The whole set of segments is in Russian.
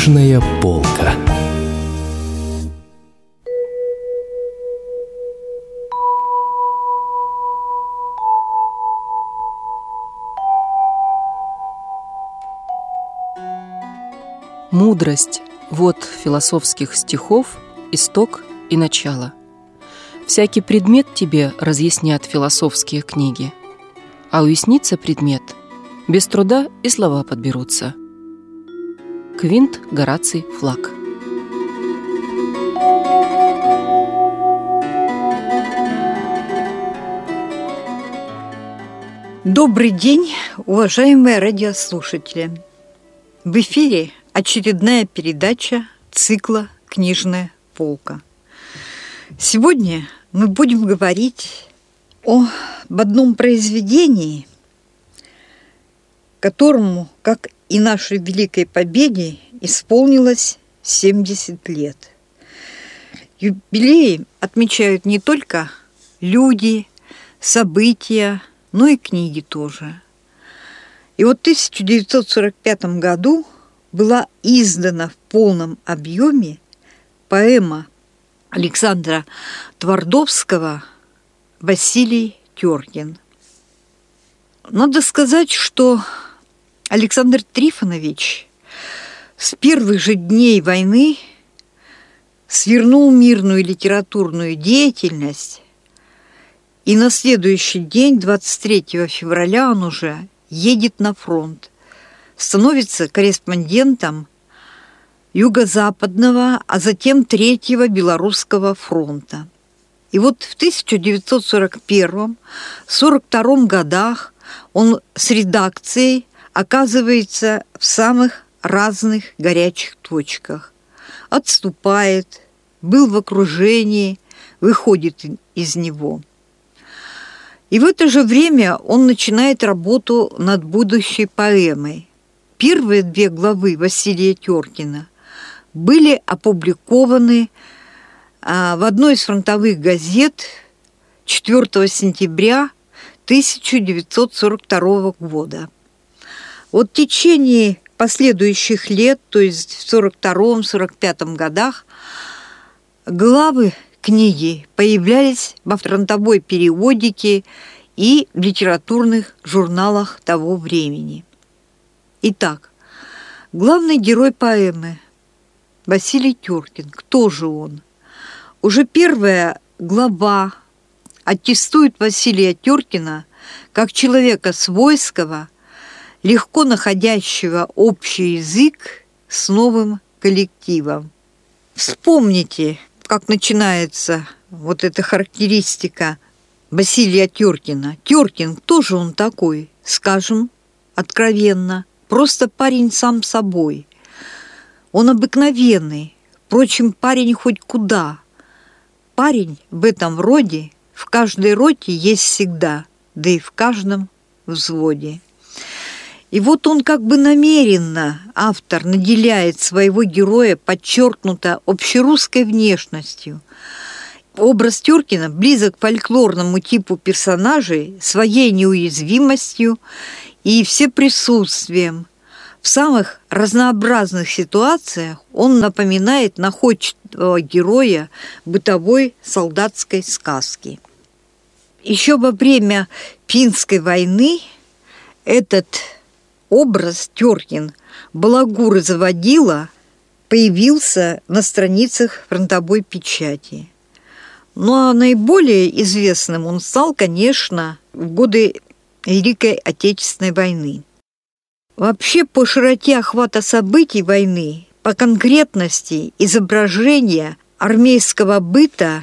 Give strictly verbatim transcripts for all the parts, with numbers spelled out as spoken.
Книжная полка. Мудрость – вот философских стихов исток и начало. Всякий предмет тебе разъяснят философские книги, а уяснится предмет, без труда и слова подберутся. Квинт Гораций Флаг. Добрый день, уважаемые радиослушатели! В эфире очередная передача цикла «Книжная полка». Сегодня мы будем говорить об одном произведении, которому, как и нашей Великой Победе, исполнилось семьдесят лет. Юбилеи отмечают не только люди, события, но и книги тоже. И вот в тысяча девятьсот сорок пятом году была издана в полном объеме поэма Александра Твардовского «Василий Теркин». Надо сказать, что Александр Трифонович с первых же дней войны свернул мирную литературную деятельность, и на следующий день, двадцать третьего февраля, он уже едет на фронт, становится корреспондентом Юго-Западного, а затем Третьего Белорусского фронта. И вот в тысяча девятьсот сорок первом — сорок втором годах он с редакцией оказывается в самых разных горячих точках. Отступает, был в окружении, выходит из него. И в это же время он начинает работу над будущей поэмой. Первые две главы Василия Теркина были опубликованы в одной из фронтовых газет четвёртого сентября тысяча девятьсот сорок второго года. Вот в течение последующих лет, то есть в сорок втором — сорок пятом годах, главы книги появлялись во фронтовой периодике и в литературных журналах того времени. Итак, главный герой поэмы Василий Теркин. Кто же он? Уже первая глава аттестует Василия Теркина как человека свойского, легко находящего общий язык с новым коллективом. Вспомните, как начинается вот эта характеристика Василия Теркина. Теркин, кто же он такой? Скажем откровенно, просто парень сам собой. Он обыкновенный, впрочем, парень хоть куда. Парень в этом роде, в каждой роте есть всегда, да и в каждом взводе. И вот он как бы намеренно, автор, наделяет своего героя подчеркнуто общерусской внешностью. Образ Теркина близок к фольклорному типу персонажей своей неуязвимостью и всеприсутствием. В самых разнообразных ситуациях он напоминает находчивого героя бытовой солдатской сказки. Еще во время Финской войны этот образ Теркин балагур заводила, появился на страницах фронтовой печати. Ну а наиболее известным он стал, конечно, в годы Великой Отечественной войны. Вообще, по широте охвата событий войны, по конкретности изображения армейского быта,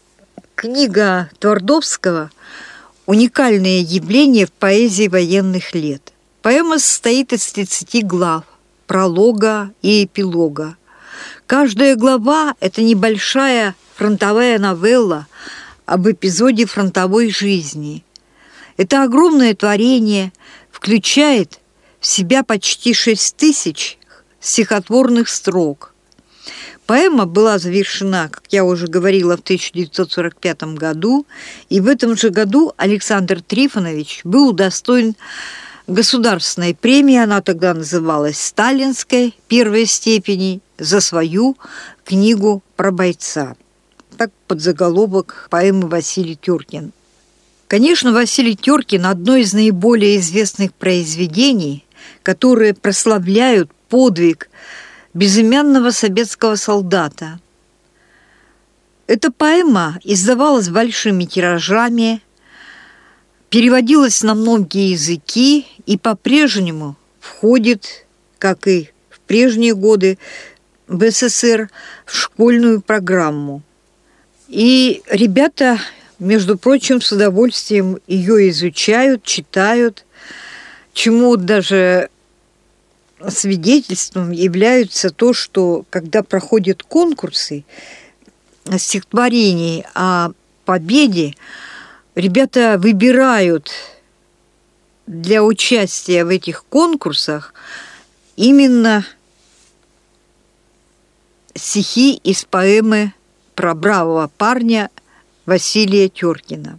книга Твардовского – уникальное явление в поэзии военных лет. Поэма состоит из тридцати глав, пролога и эпилога. Каждая глава – это небольшая фронтовая новелла об эпизоде фронтовой жизни. Это огромное творение включает в себя почти шесть тысяч стихотворных строк. Поэма была завершена, как я уже говорила, в тысяча девятьсот сорок пятом году, и в этом же году Александр Трифонович был удостоен государственной премии, она тогда называлась «Сталинской первой степени», за свою книгу про бойца. Так подзаголовок поэмы Василий Теркин. Конечно, Василий Теркин – одно из наиболее известных произведений, которые прославляют подвиг безымянного советского солдата. Эта поэма издавалась большими тиражами, переводилась на многие языки и по-прежнему входит, как и в прежние годы, в СССР в школьную программу. И ребята, между прочим, с удовольствием ее изучают, читают, чему даже свидетельством является то, что когда проходят конкурсы стихотворений о победе, ребята выбирают для участия в этих конкурсах именно стихи из поэмы про бравого парня Василия Теркина.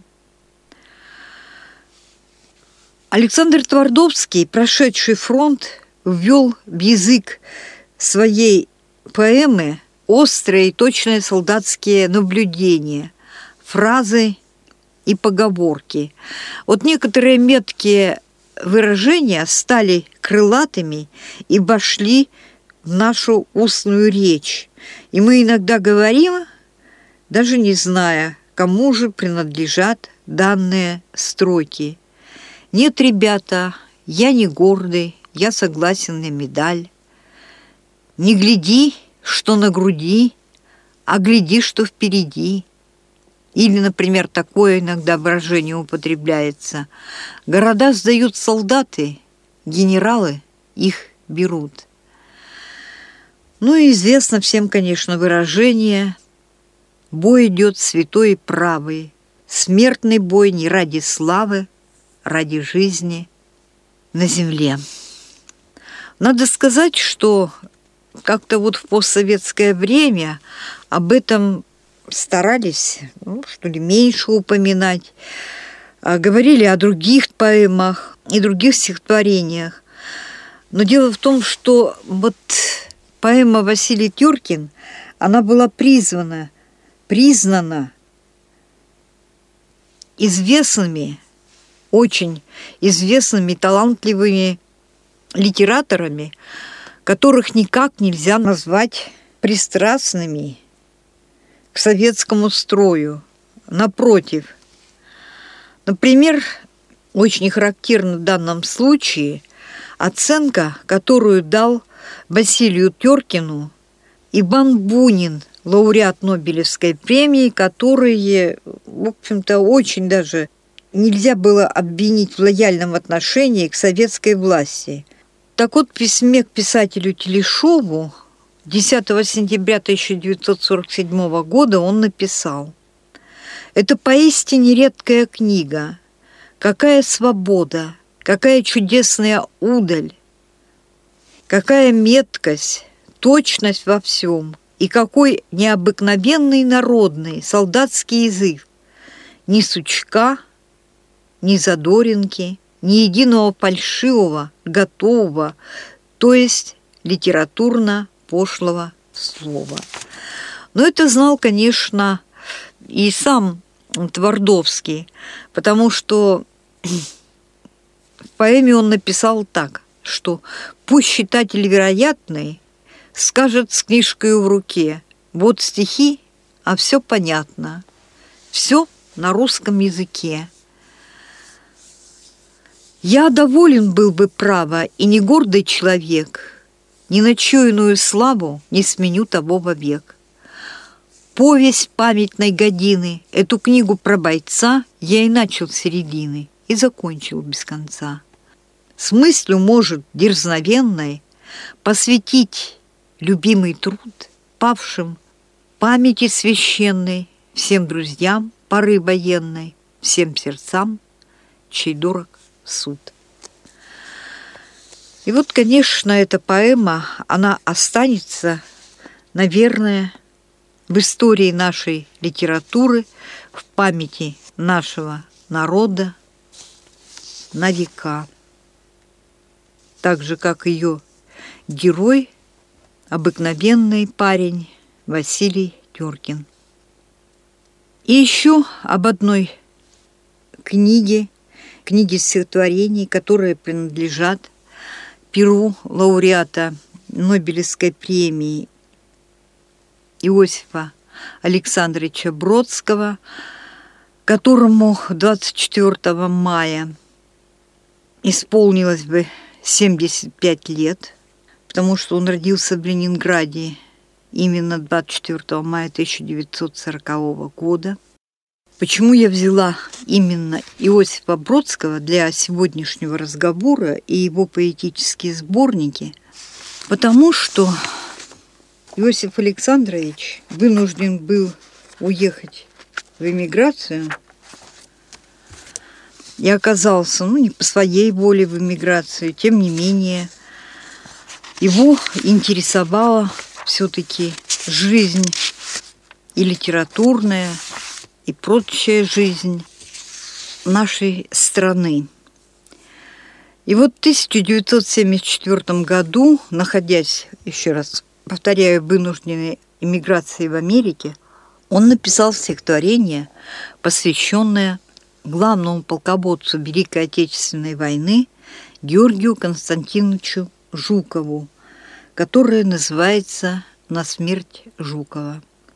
Александр Твардовский, прошедший фронт, ввел в язык своей поэмы острые и точные солдатские наблюдения, фразы и поговорки. Вот некоторые меткие выражения стали крылатыми и вошли в нашу устную речь. И мы иногда говорим, даже не зная, кому же принадлежат данные строки. «Нет, ребята, я не гордый, я согласен на медаль. Не гляди, что на груди, а гляди, что впереди». Или, например, такое иногда выражение употребляется: «Города сдают солдаты, генералы их берут». Ну и известно всем, конечно, выражение «бой идет святой и правый, смертный бой не ради славы, ради жизни на земле». Надо сказать, что как-то вот в постсоветское время об этом старались, ну, что ли, меньше упоминать, говорили о других поэмах и других стихотворениях. Но дело в том, что вот поэма Василий Теркин, она была призвана, признана известными, очень известными, талантливыми литераторами, которых никак нельзя назвать пристрастными к советскому строю. Напротив. Например, очень характерна в данном случае оценка, которую дал Василию Теркину Иван Бунин, лауреат Нобелевской премии, которые, в общем-то, очень даже нельзя было обвинить в лояльном отношении к советской власти. Так вот, в письме к писателю Телешову десятого сентября тысяча девятьсот сорок седьмого года он написал: «Это поистине редкая книга. Какая свобода, какая чудесная удаль, какая меткость, точность во всем, и какой необыкновенный народный солдатский язык. Ни сучка, ни задоринки, ни единого фальшивого, готового, то есть литературно пошлого слова». Но это знал, конечно, и сам Твардовский, потому что в поэме он написал так, что «пусть читатель вероятный скажет с книжкой в руке: вот стихи, а все понятно, все на русском языке. Я доволен был бы, право, и не гордый человек, ни на чью иную славу не сменю того вовек. Повесть памятной годины, эту книгу про бойца я и начал с середины, и закончил без конца. С мыслью, может, дерзновенной посвятить любимый труд павшим, памяти священной, всем друзьям поры военной, всем сердцам, чей дорог суд. И вот, конечно, эта поэма, она останется, наверное, в истории нашей литературы, в памяти нашего народа на века. так же, как ее герой, обыкновенный парень Василий Теркин. И еще об одной книге, книге стихотворений, которые принадлежат перу лауреата Нобелевской премии Иосифа Александровича Бродского, которому двадцать четвёртого мая исполнилось бы семьдесят пять лет, потому что он родился в Ленинграде именно двадцать четвёртого мая тысяча девятьсот сорокового года. Почему я взяла именно Иосифа Бродского для сегодняшнего разговора и его поэтические сборники? Потому что Иосиф Александрович вынужден был уехать в эмиграцию и оказался, ну, не по своей воле в эмиграцию, тем не менее, его интересовала все-таки жизнь и литературная, и прочая жизнь нашей страны. И вот в тысяча девятьсот семьдесят четвёртом году, находясь, еще раз повторяю, в вынужденной эмиграции в Америке, он написал стихотворение, посвященное главному полководцу Великой Отечественной войны Георгию Константиновичу Жукову, которое называется «На смерть Жукова».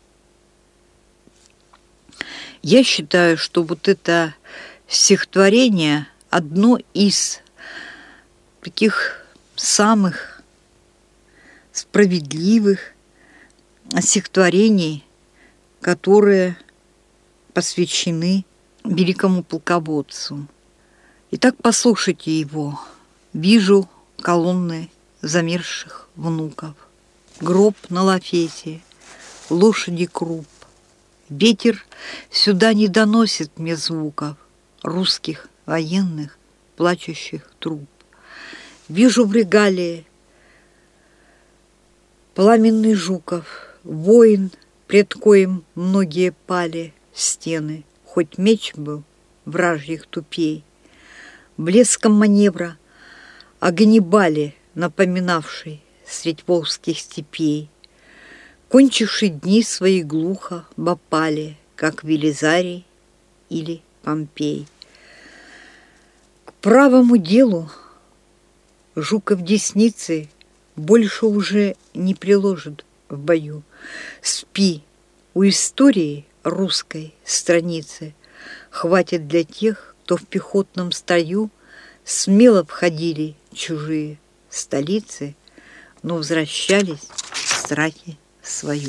Я считаю, что вот это стихотворение одно из таких самых справедливых стихотворений, которые посвящены великому полководцу. Итак, послушайте его. «Вижу колонны замерзших внуков, гроб на лафете, лошади круп. Ветер сюда не доносит мне звуков русских военных плачущих труп. Вижу в регалии пламенный Жуков, воин, пред коим многие пали стены, хоть меч был вражьих тупей. Блеском маневра о Ганнибале, напоминавший средь волжских степей, кончивший дни свои глухо в опале, как Велизарий или Помпей. К правому делу Жуков десницы больше уже не приложит в бою. Спи, у истории русской страницы хватит для тех, кто в пехотном строю смело входили чужие столицы, но возвращались в страхе свою.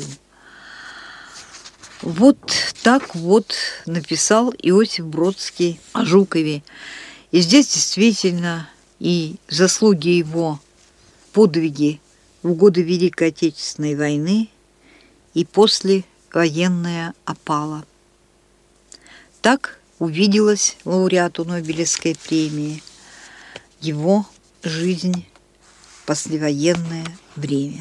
Вот так вот написал Иосиф Бродский о Жукове. И здесь действительно и заслуги его, подвиги в годы Великой Отечественной войны и послевоенная опала. Так увиделась лауреату Нобелевской премии его жизнь в послевоенное время.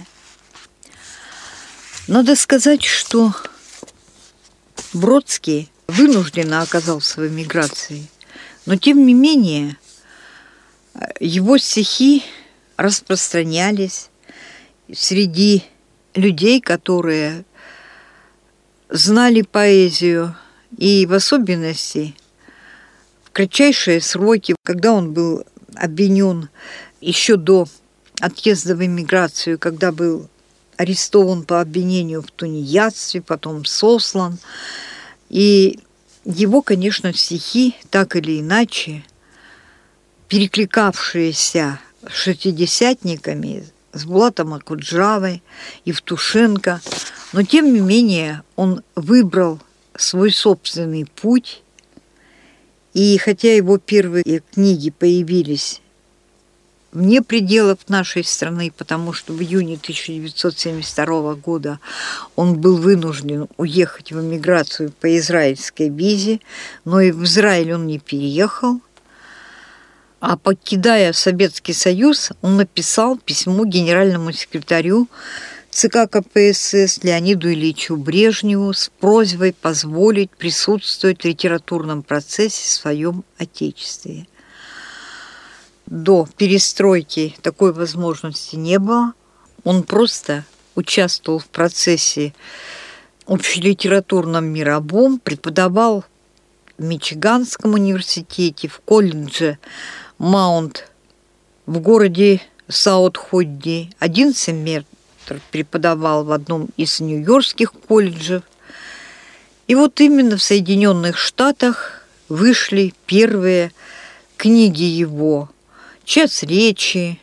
Надо сказать, что Бродский вынужденно оказался в эмиграции, но тем не менее его стихи распространялись среди людей, которые знали поэзию, и в особенности в кратчайшие сроки, когда он был обвинен еще до отъезда в эмиграцию, когда был арестован по обвинению в тунеядстве, потом сослан. И его, конечно, стихи, так или иначе, перекликавшиеся с шестидесятниками, с Булатом Акуджавой, Евтушенко, но тем не менее он выбрал свой собственный путь, и хотя его первые книги появились вне пределов нашей страны, потому что в июне тысяча девятьсот семьдесят второго года он был вынужден уехать в эмиграцию по израильской визе, но и в Израиль он не переехал, а покидая Советский Союз, он написал письмо генеральному секретарю ЦК КПСС Леониду Ильичу Брежневу с просьбой позволить присутствовать в литературном процессе в своем Отечестве. до перестройки такой возможности не было. Он просто участвовал в процессе общелитературном мировом, преподавал в Мичиганском университете, в колледже Маунт, в городе Саут-Ходди. Один семестр преподавал в одном из нью-йоркских колледжев. И вот именно в Соединенных Штатах вышли первые книги его «Час речи»,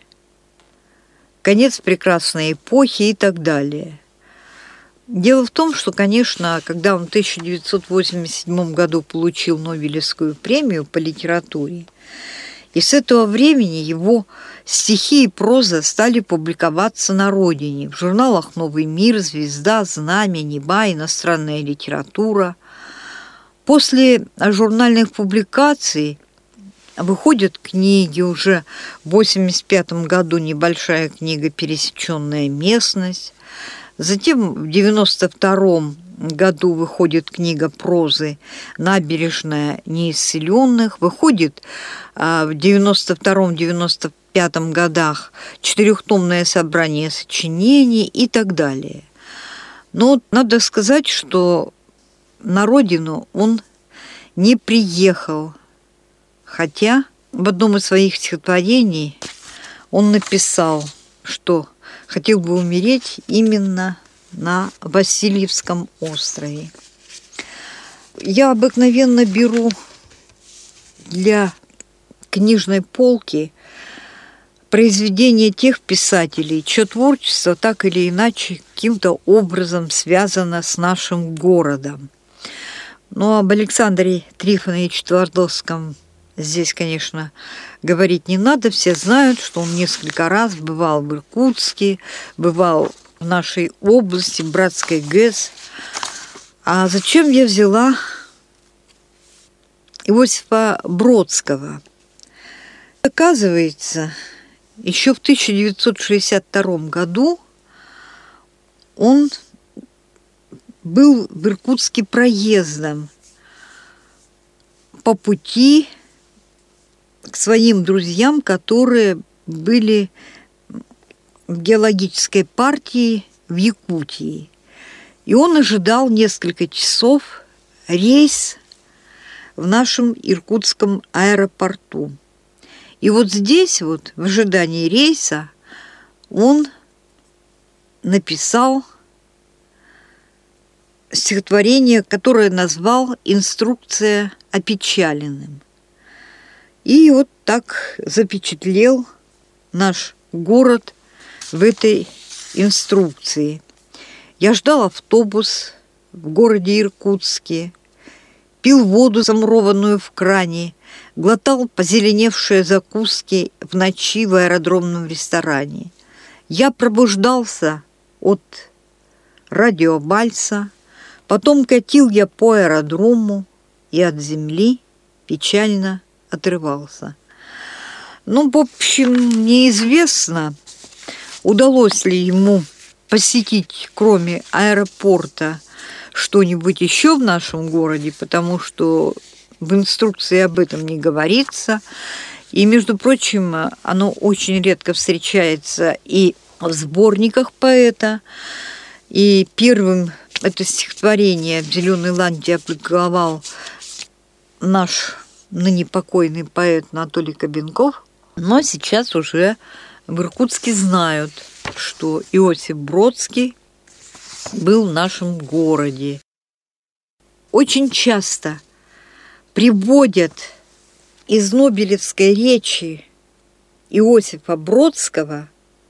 «Конец прекрасной эпохи» и так далее. Дело в том, что, конечно, когда он в тысяча девятьсот восемьдесят седьмом году получил Нобелевскую премию по литературе, и с этого времени его стихи и проза стали публиковаться на родине в журналах «Новый мир», «Звезда», «Знамя», «Неба», «Иностранная литература». После журнальных публикаций выходят книги. Уже в восемьдесят пятом году небольшая книга «Пересеченная местность». Затем в девяносто втором году выходит книга прозы «Набережная неисцеленных». Выходит в девяносто втором — девяносто пятом годах четырехтомное собрание сочинений и так далее. Но надо сказать, что на родину он не приехал, хотя в одном из своих стихотворений он написал, что хотел бы умереть именно на Васильевском острове. Я обыкновенно беру для книжной полки произведения тех писателей, чье творчество так или иначе каким-то образом связано с нашим городом. Но об Александре Трифоновиче Твардовском здесь, конечно, говорить не надо. Все знают, что он несколько раз бывал в Иркутске, бывал в нашей области, в Братской ГЭС. А зачем я взяла Иосифа Бродского? Оказывается, еще в тысяча девятьсот шестьдесят втором году он был в Иркутске проездом по пути к своим друзьям, которые были в геологической партии в Якутии. И он ожидал несколько часов рейс в нашем иркутском аэропорту. И вот здесь, вот, в ожидании рейса, он написал стихотворение, которое назвал «Инструкция опечаленным». И вот так запечатлел наш город в этой инструкции. Я ждал автобус в городе Иркутске, пил воду, замурованную в кране, глотал позеленевшие закуски в ночи в аэродромном ресторане. Я пробуждался от радиовальса, потом катил я по аэродрому и от земли печально отрывался. Ну, в общем, неизвестно, удалось ли ему посетить, кроме аэропорта, что-нибудь еще в нашем городе, потому что в инструкции об этом не говорится. И, между прочим, оно очень редко встречается и в сборниках поэта. И первым это стихотворение в «Зеленой ладье» опубликовал наш ныне покойный поэт Анатолий Кабенков. Но сейчас уже в Иркутске знают, что Иосиф Бродский был в нашем городе. Очень часто приводят из Нобелевской речи Иосифа Бродского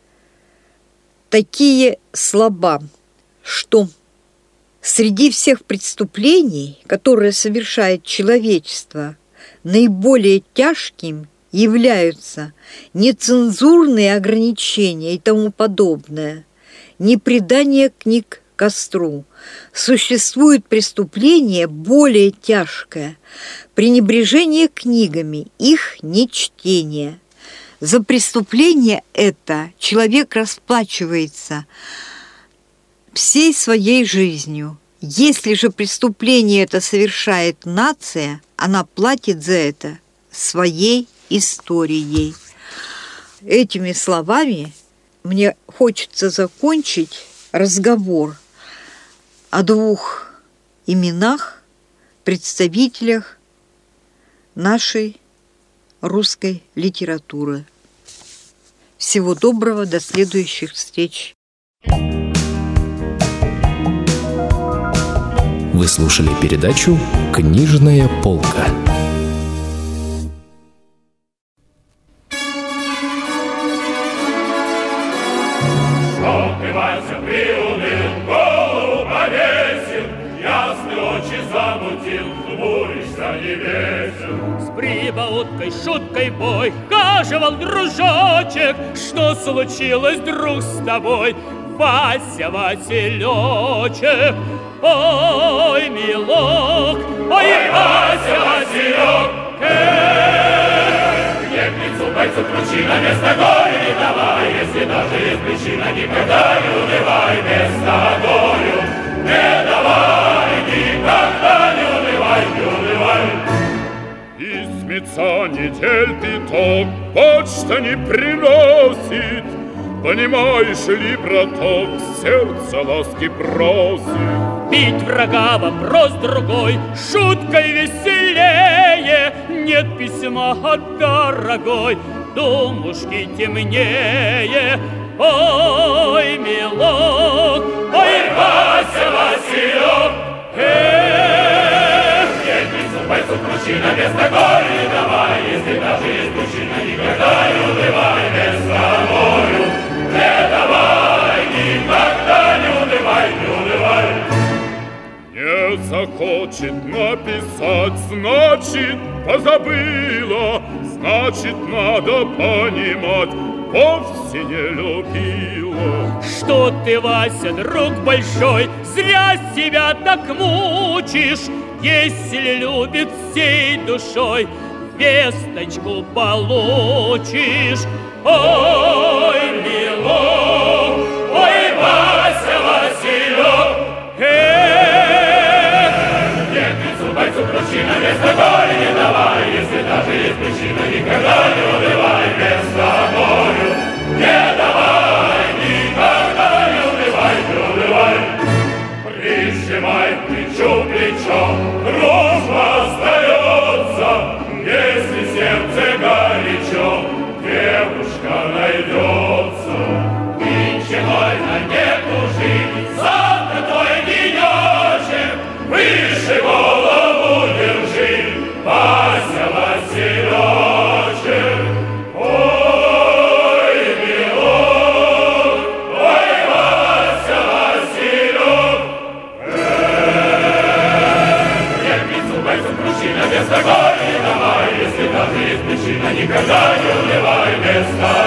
такие слова, что среди всех преступлений, которые совершает человечество, наиболее тяжким являются нецензурные ограничения и тому подобное, непредание книг костру. Существует преступление более тяжкое – пренебрежение книгами, их нечтение. За преступление это человек расплачивается всей своей жизнью. Если же преступление это совершает нация, она платит за это своей историей. этими словами мне хочется закончить разговор о двух именах, представителях нашей русской литературы. Всего доброго, до следующих встреч. Вы слушали передачу «Книжная полка». С прибауткой, шуткой бой хаживал дружочек. Что случилось, друг, с тобой, Вася Василечек? Ой, милок, ой, Вася Василек, эх, не к лицу бойцу причина, место горю не давай, если даже есть причина, никогда не унывай, место горю не давай, никогда не унывай, не унывай. Измется недель пяток, почта не приносит, понимаешь ли, браток, сердце ласки просит. Бить врага вопрос другой, шуткой веселее, нет письма от дорогой, думушки темнее. Ой, милок, ой, Вася Василек, эх, нет письма бойцу причина, место горю не давай, если даже есть причина, никогда не унывай, место горю не давай, никогда не унывай, не унывай. Не захочет написать, значит, позабыла, значит, надо понимать, вовсе не любила. Что ты, Вася, друг большой, зря себя так мучишь, если любит всей душой, весточку получишь. Ой, милок, ой, Вася Василек, эх, нет лицу бойцу причина, место горю не давай, если даже есть причина, никогда не унывай, место горю не давай, никогда не унывай, не унывай. Прижимай плечо плечо, дружба остается, если сердце горячо, девушка найдется. Нынче вольно не тужи, завтра твой денечек, выше голову держи, Вася Василечек. Ой, милок, ой, Вася Василек, эх, нет пиццу, бойцу, причина, место горю не давай, если даже есть причина, никогда не унывай, место